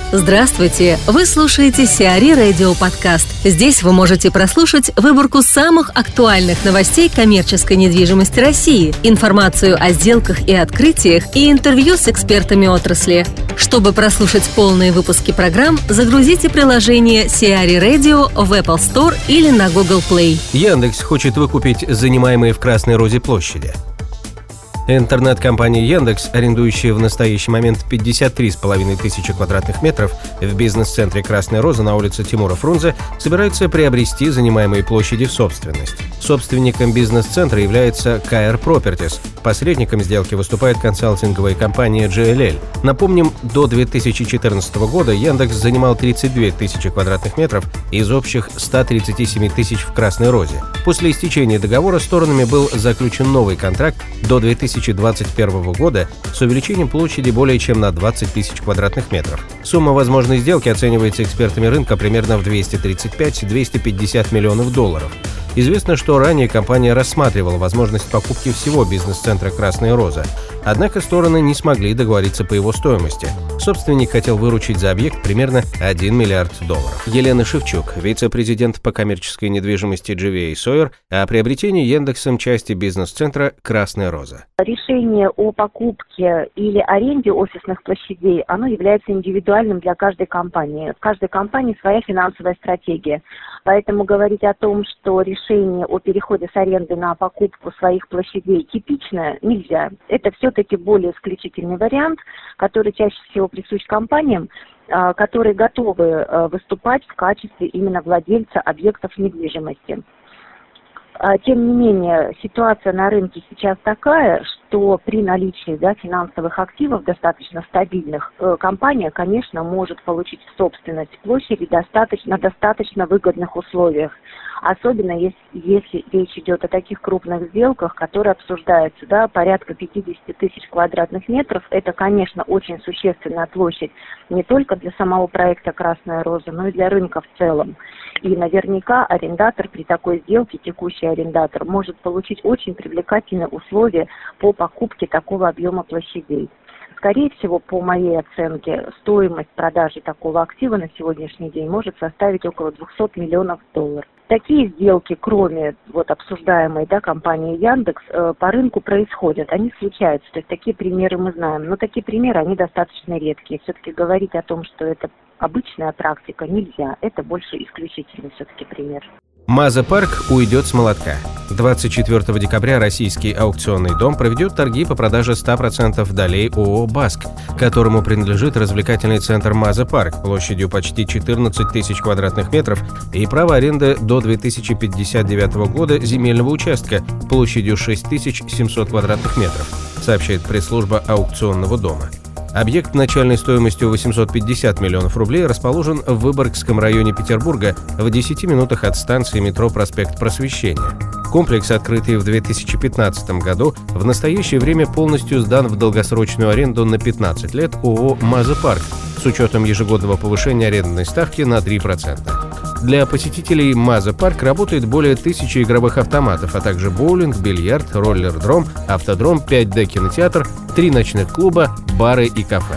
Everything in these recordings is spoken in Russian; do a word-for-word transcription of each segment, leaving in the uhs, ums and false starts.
Здравствуйте! Вы слушаете Сиари Радио Подкаст. Здесь вы можете прослушать выборку самых актуальных новостей коммерческой недвижимости России, информацию о сделках и открытиях и интервью с экспертами отрасли. Чтобы прослушать полные выпуски программ, загрузите приложение Сиари Radio в Apple Store или на Google Play. Яндекс хочет выкупить занимаемые в Красной Розе площади. Интернет-компания Яндекс, арендующая в настоящий момент пятьдесят три с половиной тысячи квадратных метров в бизнес-центре Красная Роза на улице Тимура Фрунзе, собирается приобрести занимаемые площади в собственность. Собственником бизнес-центра является кей ар Properties. Посредником сделки выступает консалтинговая компания джи эл эл. Напомним, до две тысячи четырнадцатого года Яндекс занимал тридцать две тысячи квадратных метров из общих ста тридцати семи тысяч в Красной Розе. После истечения договора сторонами был заключен новый контракт до две тысячи двадцать первого года с увеличением площади более чем на двадцать тысяч квадратных метров. Сумма возможной сделки оценивается экспертами рынка примерно в двести тридцать пять - двести пятьдесят миллионов долларов. Известно, что ранее компания рассматривала возможность покупки всего бизнес-центра Красная Роза, однако стороны не смогли договориться по его стоимости. Собственник хотел выручить за объект примерно один миллиард долларов. Елена Шевчук, вице-президент по коммерческой недвижимости джи ви эй Sawyer, о приобретении Яндексом части бизнес-центра Красная Роза. Решение о покупке или аренде офисных площадей, оно является индивидуальным для каждой компании. В каждой компании своя финансовая стратегия. Поэтому говорить о том, что решение о переходе с аренды на покупку своих площадей типичное, нельзя. Это все-таки более исключительный вариант, который чаще всего присущ компаниям, которые готовы выступать в качестве именно владельца объектов недвижимости. Тем не менее, ситуация на рынке сейчас такая, что при наличии да, финансовых активов достаточно стабильных, компания, конечно, может получить в собственность площади достаточно, на достаточно выгодных условиях. Особенно если, если речь идет о таких крупных сделках, которые обсуждаются, да, порядка пятьдесят тысяч квадратных метров. Это, конечно, очень существенная площадь не только для самого проекта «Красная Роза», но и для рынка в целом. И наверняка арендатор при такой сделке, текущий арендатор, может получить очень привлекательные условия по покупке такого объема площадей. Скорее всего, по моей оценке, стоимость продажи такого актива на сегодняшний день может составить около двухсот миллионов долларов. Такие сделки, кроме вот обсуждаемой да, компании Яндекс, э, по рынку происходят, они случаются, то есть такие примеры мы знаем, но такие примеры, они достаточно редкие. Все-таки говорить о том, что это обычная практика, нельзя, это больше исключительный все-таки пример. Маза Парк уйдет с молотка. двадцать четвёртого декабря российский аукционный дом проведет торги по продаже ста процентов долей ООО «Баск», которому принадлежит развлекательный центр Маза Парк площадью почти четырнадцать тысяч квадратных метров и право аренды до две тысячи пятьдесят девятого года земельного участка площадью шесть тысяч семьсот квадратных метров, сообщает пресс-служба аукционного дома. Объект начальной стоимостью восемьсот пятьдесят миллионов рублей расположен в Выборгском районе Петербурга в десяти минутах от станции метро «Проспект Просвещения». Комплекс, открытый в две тысячи пятнадцатом году, в настоящее время полностью сдан в долгосрочную аренду на пятнадцать лет ООО «Маза Парк» с учетом ежегодного повышения арендной ставки на три процента. Для посетителей Маза Парк работает более тысячи игровых автоматов, а также боулинг, бильярд, роллер-дром, автодром, пять дэ кинотеатр, три ночных клуба, бары и кафе.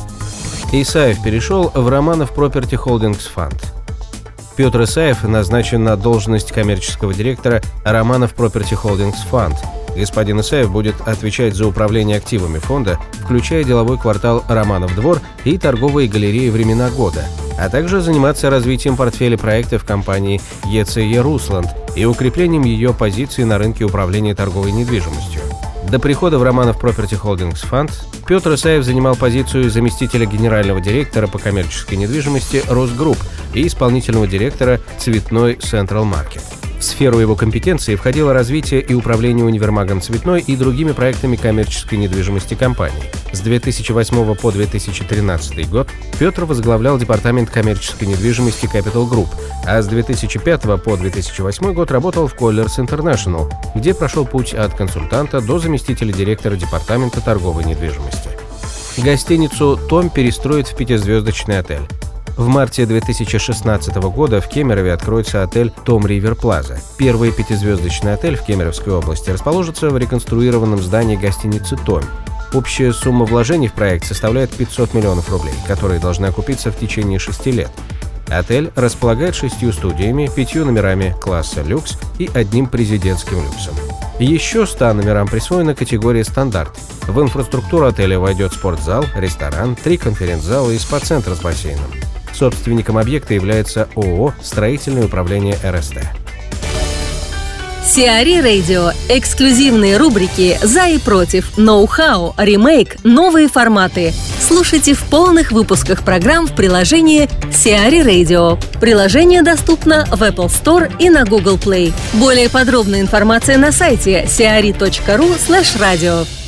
Исаев перешел в Романов Property Holdings Fund. Петр Исаев назначен на должность коммерческого директора Романов Property Holdings Fund. Господин Исаев будет отвечать за управление активами фонда, включая деловой квартал «Романов двор» и торговые галереи «Времена года», а также заниматься развитием портфеля проектов компании и цэ е «Русланд» и укреплением ее позиции на рынке управления торговой недвижимостью. До прихода в Романов Property Holdings Fund Петр Исаев занимал позицию заместителя генерального директора по коммерческой недвижимости «Росгрупп» и исполнительного директора «Цветной Central Market». В сферу его компетенции входило развитие и управление универмагом «Цветной» и другими проектами коммерческой недвижимости компании. С две тысячи восьмого по две тысячи тринадцатый год Петр возглавлял департамент коммерческой недвижимости Capital Group, а с две тысячи пятого по две тысячи восьмой год работал в Colliers International, где прошел путь от консультанта до заместителя директора департамента торговой недвижимости. Гостиницу «Том» перестроят в пятизвездочный отель. В марте две тысячи шестнадцатого года в Кемерове откроется отель «Том Ривер Плаза». Первый пятизвездочный отель в Кемеровской области расположится в реконструированном здании гостиницы «Том». Общая сумма вложений в проект составляет пятьсот миллионов рублей, которые должны окупиться в течение шести лет. Отель располагает шестью студиями, пятью номерами класса люкс и одним президентским люксом. Еще ста номерам присвоена категория «Стандарт». В инфраструктуру отеля войдет спортзал, ресторан, три конференц-зала и спа-центр с бассейном. Собственником объекта является ООО «Строительное управление эр эс тэ». Сиари Radio. Эксклюзивные рубрики «За и против», «Ноу-хау», «Ремейк», «Новые форматы». Слушайте в полных выпусках программ в приложении Сиари Radio. Приложение доступно в Apple Store и на Google Play. Более подробная информация на сайте сиари точка ру слэш радио.